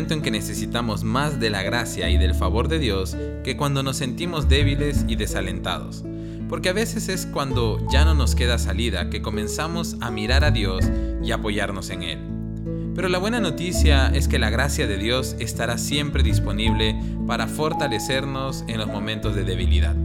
momento en que necesitamos más de la gracia y del favor de Dios que cuando nos sentimos débiles y desalentados. Porque a veces es cuando ya no nos queda salida que comenzamos a mirar a Dios y apoyarnos en Él. Pero la buena noticia es que la gracia de Dios estará siempre disponible para fortalecernos en los momentos de debilidad.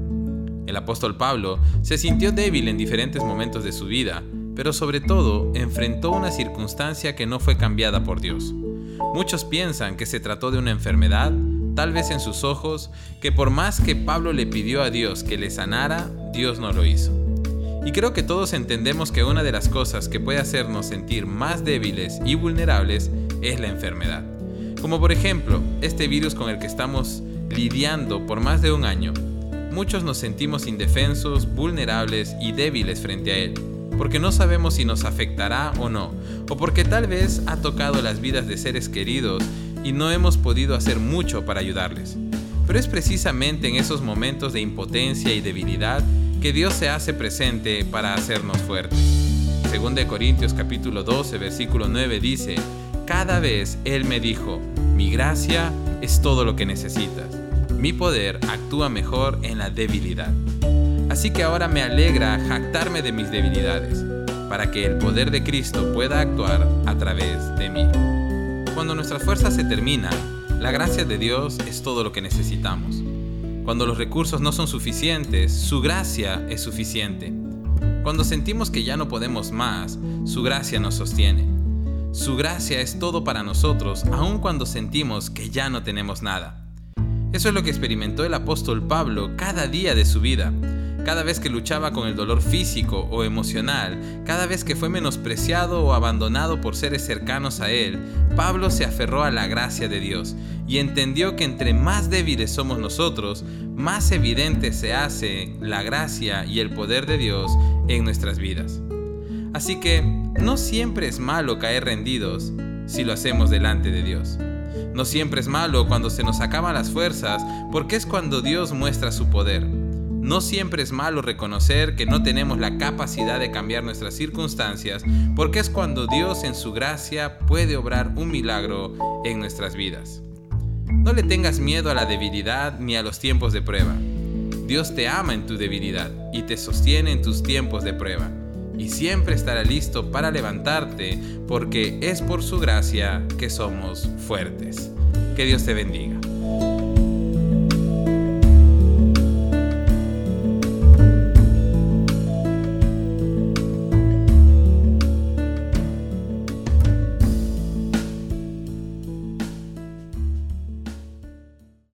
El apóstol Pablo se sintió débil en diferentes momentos de su vida, pero sobre todo enfrentó una circunstancia que no fue cambiada por Dios. Muchos piensan que se trató de una enfermedad, tal vez en sus ojos, que por más que Pablo le pidió a Dios que le sanara, Dios no lo hizo. Y creo que todos entendemos que una de las cosas que puede hacernos sentir más débiles y vulnerables es la enfermedad. Como por ejemplo, este virus con el que estamos lidiando por más de un año. Muchos nos sentimos indefensos, vulnerables y débiles frente a él, porque no sabemos si nos afectará o no, o porque tal vez ha tocado las vidas de seres queridos y no hemos podido hacer mucho para ayudarles. Pero es precisamente en esos momentos de impotencia y debilidad que Dios se hace presente para hacernos fuertes. Según de Corintios capítulo 12, versículo 9 dice: cada vez Él me dijo, mi gracia es todo lo que necesitas. Mi poder actúa mejor en la debilidad. Así que ahora me alegra jactarme de mis debilidades, para que el poder de Cristo pueda actuar a través de mí. Cuando nuestras fuerzas se terminan, la gracia de Dios es todo lo que necesitamos. Cuando los recursos no son suficientes, su gracia es suficiente. Cuando sentimos que ya no podemos más, su gracia nos sostiene. Su gracia es todo para nosotros, aun cuando sentimos que ya no tenemos nada. Eso es lo que experimentó el apóstol Pablo cada día de su vida. Cada vez que luchaba con el dolor físico o emocional, cada vez que fue menospreciado o abandonado por seres cercanos a él, Pablo se aferró a la gracia de Dios y entendió que entre más débiles somos nosotros, más evidente se hace la gracia y el poder de Dios en nuestras vidas. Así que no siempre es malo caer rendidos si lo hacemos delante de Dios. No siempre es malo cuando se nos acaban las fuerzas, porque es cuando Dios muestra su poder. No siempre es malo reconocer que no tenemos la capacidad de cambiar nuestras circunstancias, porque es cuando Dios en su gracia puede obrar un milagro en nuestras vidas. No le tengas miedo a la debilidad ni a los tiempos de prueba. Dios te ama en tu debilidad y te sostiene en tus tiempos de prueba. Y siempre estará listo para levantarte, porque es por su gracia que somos fuertes. Que Dios te bendiga.